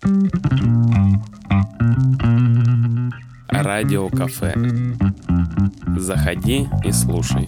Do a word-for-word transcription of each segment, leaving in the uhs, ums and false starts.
Радиокафе. Заходи и слушай.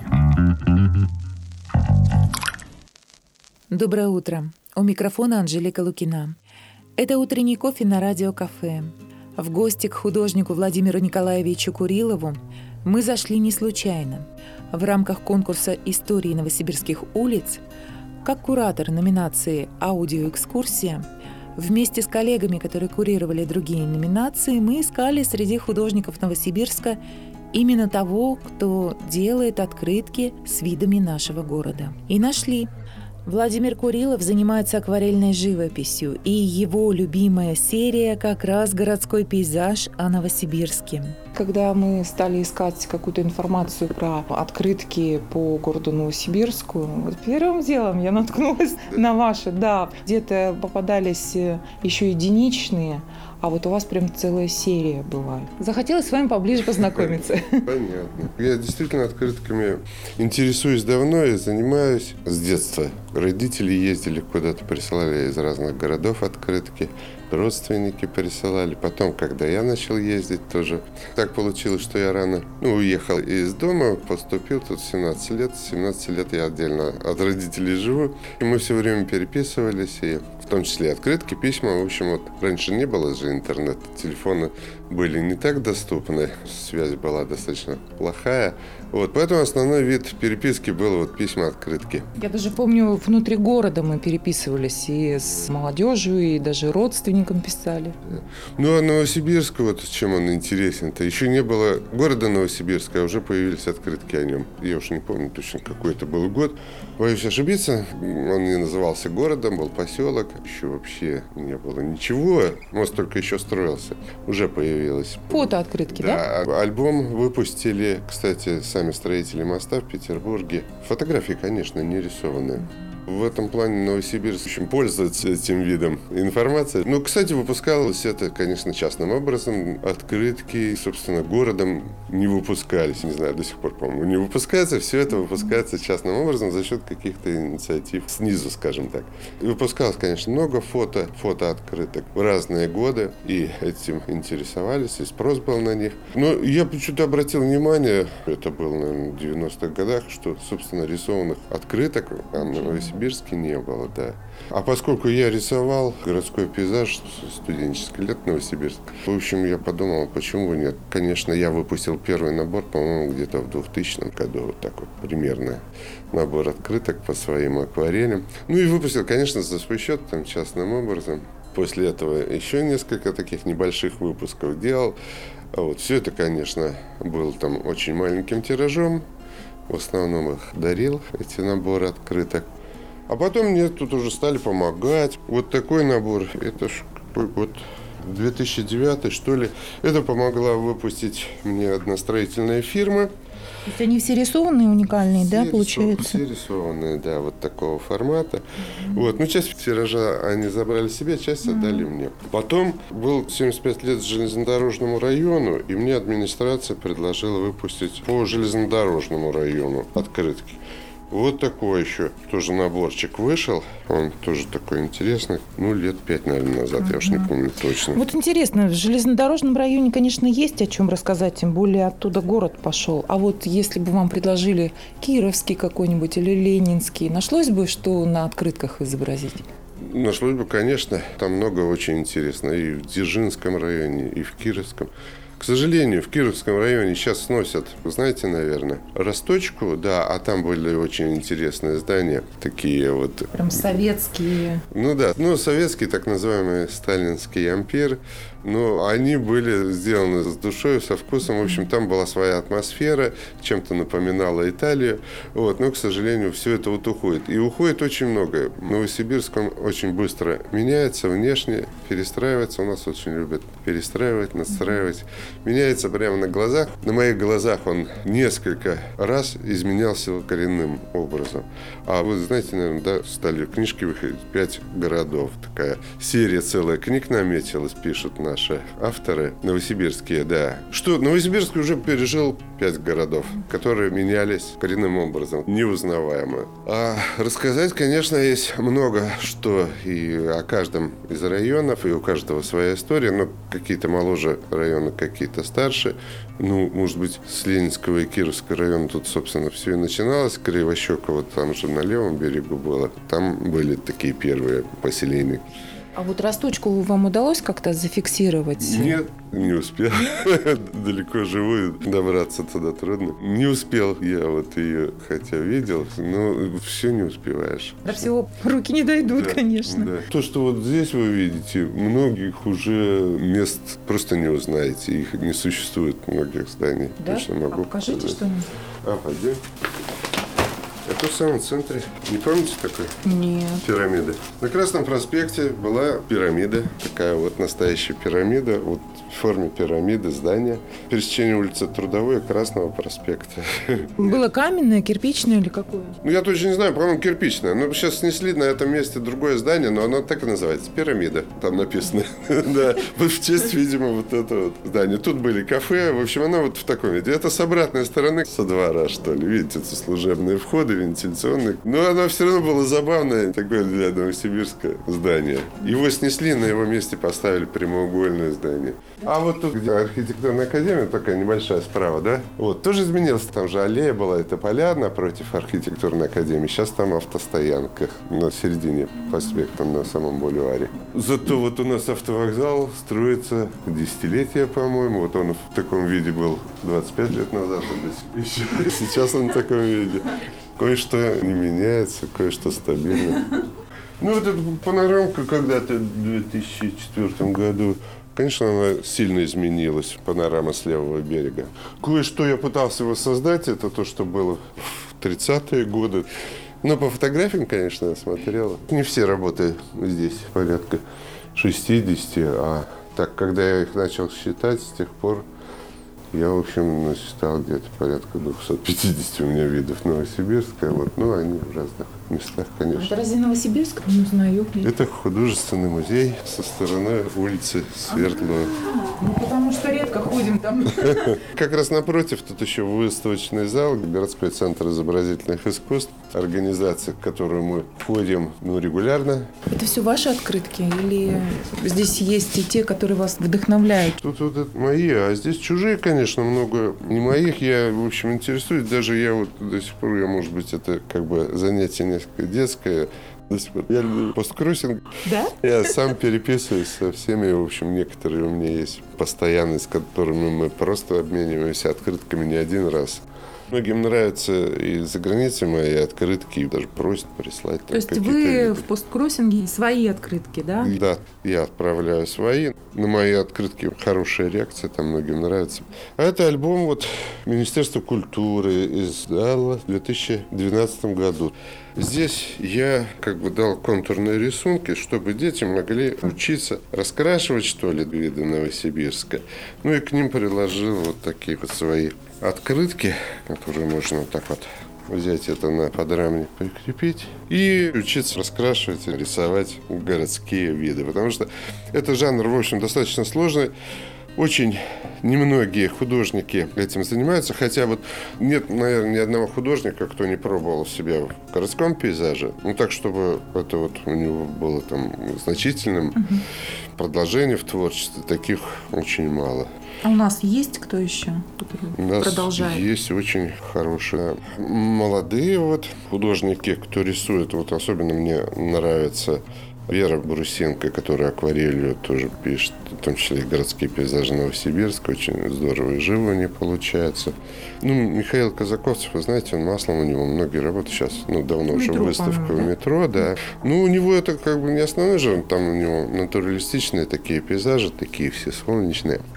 Доброе утро. У микрофона Анжелика Лукина. Это утренний кофе на Радиокафе. В гости к художнику Владимиру Николаевичу Курилову мы зашли не случайно. В рамках конкурса «Истории новосибирских улиц» как куратор номинации «Аудиоэкскурсия» вместе с коллегами, которые курировали другие номинации, мы искали среди художников Новосибирска именно того, кто делает открытки с видами нашего города. И нашли. Владимир Курилов занимается акварельной живописью, и его любимая серия как раз городской пейзаж о Новосибирске. Когда мы стали искать какую-то информацию про открытки по городу Новосибирску, вот первым делом я наткнулась на ваши. Да, где-то попадались еще единичные, а вот у вас прям целая серия была. Захотелось с вами поближе познакомиться. Понятно. Я действительно открытками интересуюсь давно и занимаюсь с детства. Родители ездили куда-то, присылали из разных городов открытки. Родственники присылали. Потом, когда я начал ездить тоже. Так получилось, что я рано ну, уехал из дома, поступил тут в семнадцать лет. В семнадцать лет я отдельно от родителей живу. И мы все время переписывались, и в том числе открытки, письма. В общем, вот раньше не было же интернета, телефоны были не так доступны, связь была достаточно плохая. Вот, поэтому основной вид переписки был вот письма-открытки. Я даже помню, внутри города мы переписывались и с молодежью, и даже родственникам писали. Ну, а Новосибирск, вот чем он интересен-то, еще не было города Новосибирска, а уже появились открытки о нем. Я уж не помню точно, какой это был год. Боюсь ошибиться, он не назывался городом, был поселок, еще вообще не было ничего, мост только еще строился, уже появилось. Фотооткрытки, да? Да, альбом выпустили, кстати, сами строители моста в Петербурге. Фотографии, конечно, не рисованные. В этом плане Новосибирск очень пользуется этим видом информации. Ну, кстати, выпускалось это, конечно, частным образом. Открытки, собственно, городом не выпускались. Не знаю, до сих пор, по-моему, не выпускается. Все это выпускается частным образом за счет каких-то инициатив снизу, скажем так. И выпускалось, конечно, много фото, фотооткрыток в разные годы. И этим интересовались, и спрос был на них. Но я почему-то обратил внимание, это было, наверное, в девяностых годах, что, собственно, рисованных открыток в Новосибирске не было, да. А поскольку я рисовал городской пейзаж студенческих лет Новосибирск, в общем, я подумал, почему нет. Конечно, я выпустил первый набор, по-моему, где-то в двухтысячном году, вот такой примерно набор открыток по своим акварелям. Ну и выпустил, конечно, за свой счет, там, частным образом. После этого еще несколько таких небольших выпусков делал. А вот все это, конечно, было там очень маленьким тиражом. В основном их дарил, эти наборы открыток. А потом мне тут уже стали помогать. Вот такой набор, это ж какой год, две тысячи девятый, что ли. Это помогла выпустить мне одна строительная фирма. То есть они все рисованные, уникальные, все да, рисов... получается? Все рисованные, да, вот такого формата. Mm-hmm. Вот, ну, часть тиража они забрали себе, часть mm-hmm. отдали мне. Потом был семьдесят пять лет железнодорожному району, и мне администрация предложила выпустить по железнодорожному району открытки. Вот такой еще тоже наборчик вышел. Он тоже такой интересный. Ну, лет пять, наверное, назад. Uh-huh. Я уж не помню точно. Вот интересно, в железнодорожном районе, конечно, есть о чем рассказать. Тем более оттуда город пошел. А вот если бы вам предложили Кировский какой-нибудь или Ленинский, нашлось бы, что на открытках изобразить? Нашлось бы, конечно. Там много очень интересно. И в Дзержинском районе, и в Кировском. К сожалению, в Кировском районе сейчас сносят, вы знаете, наверное, Росточку, да, а там были очень интересные здания, такие вот... Прям советские. Ну да, ну советские, так называемые сталинские ампир, но они были сделаны с душой, со вкусом, в общем, там была своя атмосфера, чем-то напоминала Италию, вот, но, к сожалению, все это вот уходит. И уходит очень многое. Новосибирск, он очень быстро меняется внешне, перестраивается, у нас очень любят перестраивать, настраивать. меняется прямо на глазах. На моих глазах он несколько раз изменялся коренным образом. А вы знаете, наверное, да, стали книжки выходить «Пять городов». Такая серия целая книг наметилась, пишут наши авторы новосибирские, да. Что Новосибирск уже пережил пять городов, которые менялись коренным образом, неузнаваемо. А рассказать, конечно, есть много что и о каждом из районов, и у каждого своя история, но какие-то моложе районы, какие-то старше. Ну, может быть, с Ленинского и Кировского района тут, собственно, все и начиналось. Кривощеково там же на левом берегу было. Там были такие первые поселения. А вот Росточку вам удалось как-то зафиксировать? Нет, не успел. Далеко живу, добраться туда трудно. Не успел я вот ее, хотя видел, но все не успеешь. До всего руки не дойдут, да, конечно. Да. То, что вот здесь вы видите, многих уже мест просто не узнаете. Их не существует, многих зданий. Да? Точно могу а покажите показать. что-нибудь. А, пойдем. Это в самом центре. Не помните такой? Нет. Пирамида. На Красном проспекте была пирамида. Такая вот настоящая пирамида. Вот в форме пирамиды здания. Пересечение улицы Трудовой и Красного проспекта. Было каменное, кирпичное или какое? Ну, я точно не знаю, по-моему, кирпичное. Ну, сейчас снесли на этом месте другое здание, но оно так и называется. Пирамида. Там написано. Да. Вот в честь, видимо, вот этого вот здания. Тут были кафе. В общем, оно вот в таком виде. Это с обратной стороны, со двора, что ли. Видите, это служебные входы, вентиляционные. Но оно все равно было забавное, такое для Новосибирска здание. Его снесли, на его месте поставили прямоугольное здание. А вот тут, где архитектурная академия, такая небольшая справа, да? Вот, тоже изменилось. Там же аллея была, это поля напротив архитектурной академии. Сейчас там автостоянка на середине проспекта, на самом бульваре. Зато вот у нас автовокзал строится десятилетия, по-моему. Вот он в таком виде был двадцать пять лет назад. Сейчас он в таком виде. Кое-что не меняется, кое-что стабильно. Ну, вот эта панорамка когда-то в две тысячи четвёртом году, конечно, она сильно изменилась, панорама с левого берега. Кое-что я пытался воссоздать, это то, что было в тридцатые годы. Но по фотографиям, конечно, я смотрел. Не все работы здесь, порядка шестидесяти, а так, когда я их начал считать, с тех пор я, в общем, насчитал где-то порядка двести пятьдесят у меня видов Новосибирска. Вот, ну, они в разных местах, конечно. Это разве Новосибирск? Не узнаю. Это художественный музей со стороны улицы Свердлова. Ну, потому что редко ходим там. Как раз напротив, тут еще выставочный зал, городской центр изобразительных искусств, организация, в которую мы входим, ну, регулярно. Это все ваши открытки? Или здесь есть и те, которые вас вдохновляют? Тут вот это мои, а здесь чужие, конечно, много не моих. Я, в общем, интересуюсь. Даже я вот до сих пор, я, может быть, это как бы занятие несколько детское. До сих пор. Я люблю посткроссинг. Да? Я сам переписываюсь со всеми. В общем, некоторые у меня есть постоянные, с которыми мы просто обмениваемся открытками не один раз. Многим нравятся и за границей мои открытки, и даже просят прислать. То есть вы в посткроссинге свои открытки, да? Да, я отправляю свои. На мои открытки хорошая реакция, там многим нравится. А это альбом вот Министерство культуры издало в две тысячи двенадцатом году. Здесь я как бы дал контурные рисунки, чтобы дети могли учиться раскрашивать, что ли, виды Новосибирска. Ну и к ним приложил вот такие вот свои открытки, которые можно вот так вот взять это на подрамник, прикрепить и учиться раскрашивать и рисовать городские виды. Потому что это жанр, в общем, достаточно сложный. Очень немногие художники этим занимаются, хотя вот нет, наверное, ни одного художника, кто не пробовал себя в городском пейзаже, ну так, чтобы это вот у него было там значительным угу. продолжение в творчестве, таких очень мало. А у нас есть кто еще у нас продолжает? Есть очень хорошие молодые вот художники, кто рисует, вот особенно мне нравится Вера Брусенко, которая акварелью тоже пишет, в том числе и городские пейзажи Новосибирска. Очень здорово и живо у нее получается. Ну, Михаил Казаковцев, вы знаете, он маслом, у него многие работы сейчас, ну, давно уже выставка в метро, да. Ну, у него это как бы не основной жанр, там у него натуралистичные такие пейзажи, такие все солнечные.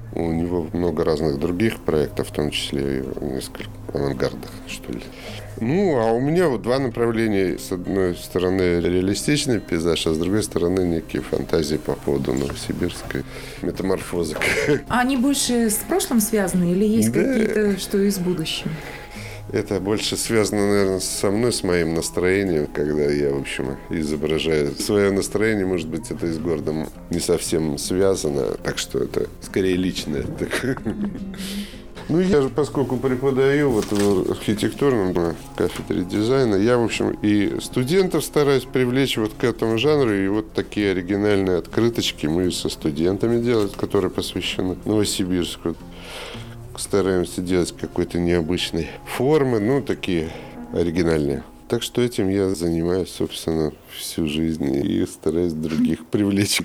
У него много разных других проектов, в том числе и несколько авангардных, что ли. Ну, а у меня вот два направления. С одной стороны, реалистичный пейзаж, а с другой стороны, некие фантазии по поводу новосибирской метаморфозы. А они больше с прошлым связаны или есть Да. какие-то, что и с будущим? Это больше связано, наверное, со мной, с моим настроением, когда я, в общем, изображаю свое настроение. Может быть, это и с городом не совсем связано, так что это скорее личное. Ну, я же, поскольку преподаю вот в архитектурном на кафедре дизайна, я, в общем, и студентов стараюсь привлечь вот к этому жанру, и вот такие оригинальные открыточки мы со студентами делаем, которые посвящены Новосибирску. Стараемся делать какой-то необычной формы, ну, такие оригинальные. Так что этим я занимаюсь, собственно, всю жизнь и стараюсь других привлечь.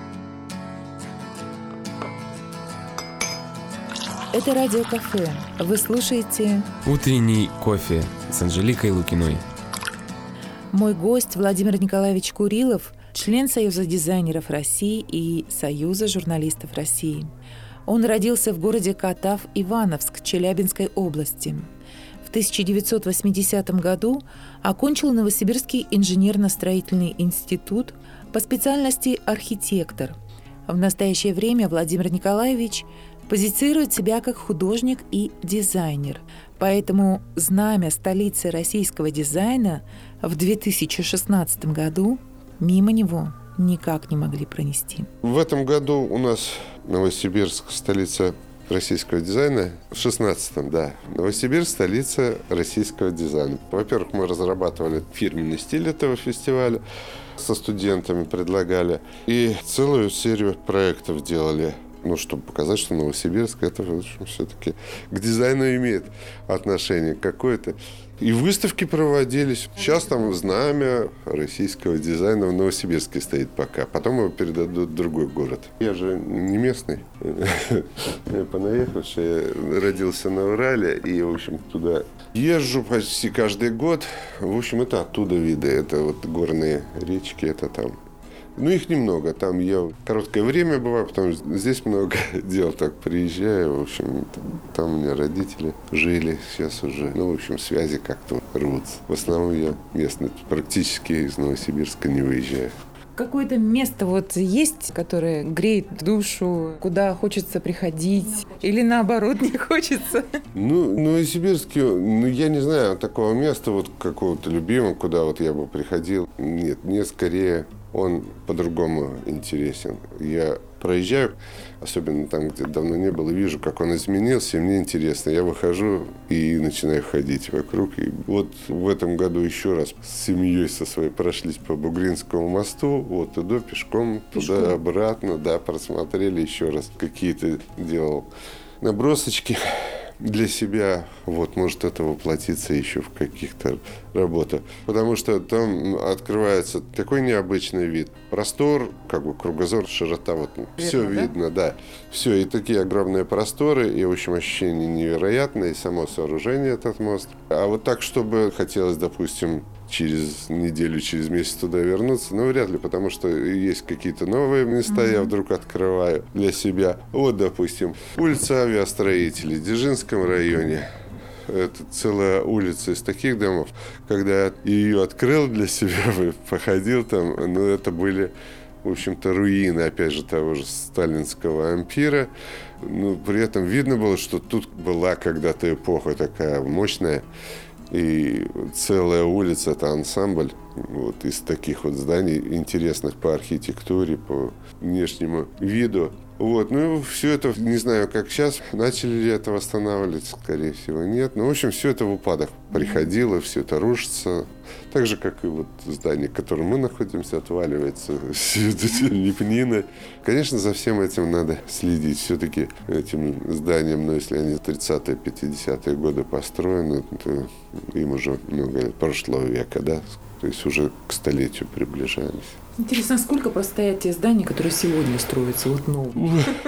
Это радиокафе. Вы слушаете... Утренний кофе с Анжеликой Лукиной. Мой гость Владимир Николаевич Курилов, член Союза дизайнеров России и Союза журналистов России. Он родился в городе Катав-Ивановск Челябинской области. В тысяча девятьсот восьмидесятом году окончил Новосибирский инженерно-строительный институт по специальности архитектор. В настоящее время Владимир Николаевич позицирует себя как художник и дизайнер. Поэтому знамя столицы российского дизайна в две тысячи шестнадцатом году мимо него никак не могли пронести. В этом году у нас Новосибирск, столица российского дизайна. В шестнадцатом, да. Новосибирск, столица российского дизайна. Во-первых, мы разрабатывали фирменный стиль этого фестиваля, со студентами предлагали. И целую серию проектов делали. Ну, чтобы показать, что Новосибирск, это, в общем, все-таки к дизайну имеет отношение какое-то. И выставки проводились. Сейчас там знамя российского дизайна в Новосибирске стоит пока. Потом его передадут в другой город. Я же не местный. Я понаехавший. Я родился на Урале. И, в общем, туда езжу почти каждый год. В общем, это оттуда виды. Это вот горные речки. Это там. Ну, их немного. Там я короткое время бываю, потом здесь много дел. Так приезжаю, в общем, там у меня родители жили, сейчас уже, ну, в общем, связи как-то рвутся. В основном я местный, практически из Новосибирска не выезжаю. Какое-то место вот есть, которое греет душу, куда хочется приходить, или наоборот не хочется? Ну, Новосибирске, ну, я не знаю такого места вот какого-то любимого, куда вот я бы приходил. Нет, мне скорее он по-другому интересен. Я проезжаю, особенно там, где давно не был, и вижу, как он изменился, и мне интересно. Я выхожу и начинаю ходить вокруг. И вот в этом году еще раз с семьей со своей прошлись по Бугринскому мосту, вот туда, пешком, пешком. Туда, обратно, да, просмотрели еще раз. Какие-то делал набросочки для себя, вот, может это воплотиться еще в каких-то работах. Потому что там открывается такой необычный вид. Простор, как бы кругозор, широта, вот, видно, все да? видно, да. Все, и такие огромные просторы, и, в общем, ощущение невероятное, и само сооружение, этот мост. А вот так, чтобы хотелось, допустим, через неделю, через месяц туда вернуться, ну, вряд ли, потому что есть какие-то новые места, mm-hmm. я вдруг открываю для себя. Вот, допустим, улица Авиастроителей в Дзержинском районе. Это целая улица из таких домов. Когда я ее открыл для себя, походил там, ну, это были, в общем-то, руины, опять же, того же сталинского ампира. Ну, при этом видно было, что тут была когда-то эпоха такая мощная. И целая улица – это ансамбль вот, из таких вот зданий, интересных по архитектуре, по внешнему виду. Вот, ну, все это, не знаю, как сейчас, начали ли это восстанавливать, скорее всего, нет. Но, в общем, все это в упадок приходило, все это рушится. Так же, как и вот здание, в котором мы находимся, отваливается, все это лепнина. Конечно, за всем этим надо следить. Все-таки этим зданиям, ну, если они тридцатые, пятидесятые годы построены, то им уже много лет прошлого века, да, то есть уже к столетию приближались. Интересно, сколько простоят те здания, которые сегодня строятся, вот новые?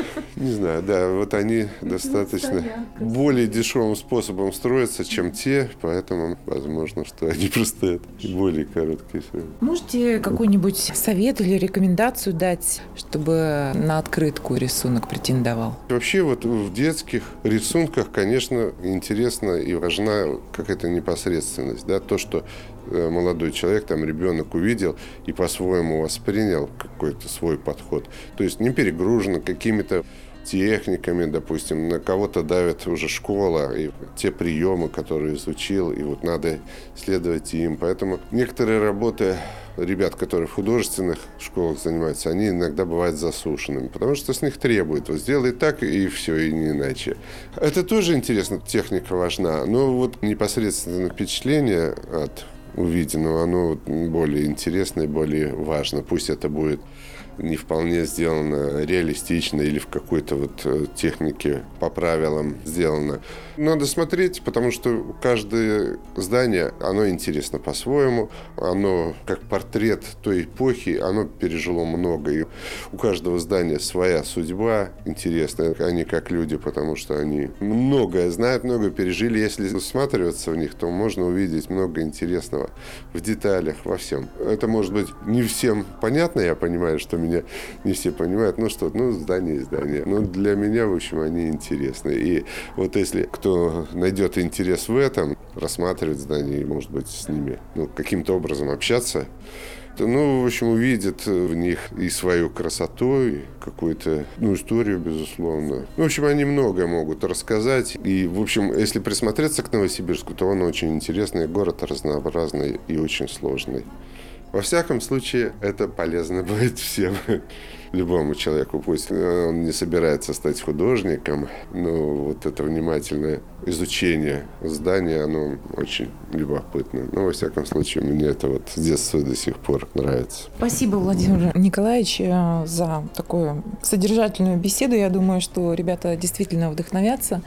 Не знаю, да, вот они достаточно более дешевым способом строятся, чем те, поэтому, возможно, что они просто более короткие. Можете какой-нибудь совет или рекомендацию дать, чтобы на открытку рисунок претендовал? Вообще вот в детских рисунках, конечно, интересна и важна какая-то непосредственность, да, то, что молодой человек, там, ребенок увидел и по-своему воспринял какой-то свой подход. То есть не перегружено какими-то техниками, допустим, на кого-то давит уже школа, и те приемы, которые изучил, и вот надо следовать им. Поэтому некоторые работы ребят, которые в художественных школах занимаются, они иногда бывают засушенными, потому что с них требуют, вот сделай так, и все, и не иначе. Это тоже интересно, техника важна, но вот непосредственно впечатление от увиденного, оно более интересное, более важно. Пусть это будет не вполне сделано реалистично или в какой-то вот технике по правилам сделано. Надо смотреть, потому что каждое здание, оно интересно по-своему, оно как портрет той эпохи, оно пережило много, и у каждого здания своя судьба интересная, они как люди, потому что они многое знают, многое пережили. Если всматриваться в них, то можно увидеть много интересного в деталях, во всем. Это может быть не всем понятно, я понимаю, что меня не все понимают, ну что, ну здание и здание. Но для меня, в общем, они интересны. И вот если кто найдет интерес в этом, рассматривать здание и, может быть, с ними ну, каким-то образом общаться, то, ну, в общем, увидит в них и свою красоту, и какую-то, ну, историю, безусловно. Ну, в общем, они многое могут рассказать. И, в общем, если присмотреться к Новосибирску, то он очень интересный, город разнообразный и очень сложный. Во всяком случае, это полезно будет всем, любому человеку. Пусть он не собирается стать художником, но вот это внимательное изучение здания, оно очень любопытно. Но, во всяком случае, мне это вот с детства до сих пор нравится. Спасибо, Владимир Николаевич, за такую содержательную беседу. Я думаю, что ребята действительно вдохновятся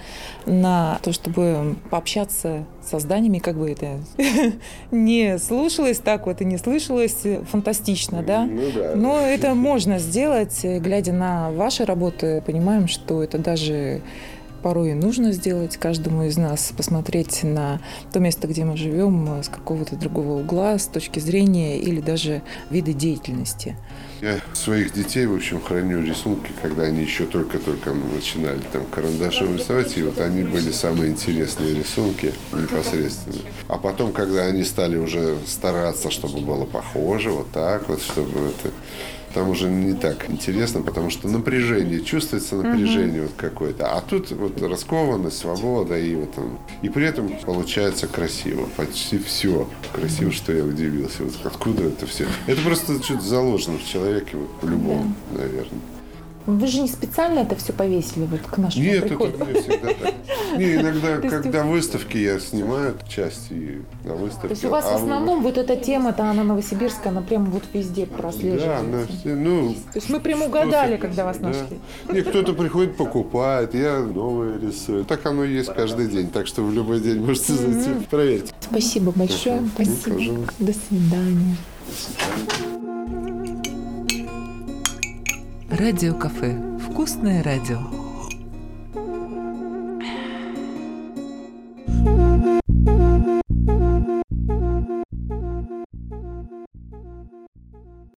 на то, чтобы пообщаться со зданиями, как бы это не слушалось так вот и не слышалось фантастично, да? Ну, да. Но это можно сделать, глядя на ваши работы, понимаем, что это даже порой и нужно сделать каждому из нас, посмотреть на то место, где мы живем, с какого-то другого угла, с точки зрения или даже вида деятельности. Я своих детей, в общем, храню рисунки, когда они еще только-только начинали там карандашом рисовать, и вот они были самые интересные рисунки непосредственно. А потом, когда они стали уже стараться, чтобы было похоже, вот так вот, чтобы это... Там уже не так интересно, потому что напряжение, чувствуется напряжение uh-huh. вот какое-то. А тут вот раскованность, свобода, и, вот там, и при этом получается красиво. Почти все красиво, что я удивился. Вот откуда это все? Это просто что-то заложено в человеке, вот, по-любому, yeah. наверное. Вы же не специально это все повесили вот к нашему Нет, приходу? это мне всегда так. Не, иногда, когда выставки я снимаю части на выставке. То есть у вас в основном вот эта тема-то, она новосибирская, она прямо вот везде прослеживается. Да, она все, ну... То есть мы прямо угадали, когда вас нашли. Не, кто-то приходит, покупает, я новые рисую. Так оно и есть каждый день, так что в любой день можете зайти, проверить. Спасибо большое. Спасибо. До свидания. Радио Кафе. Вкусное радио.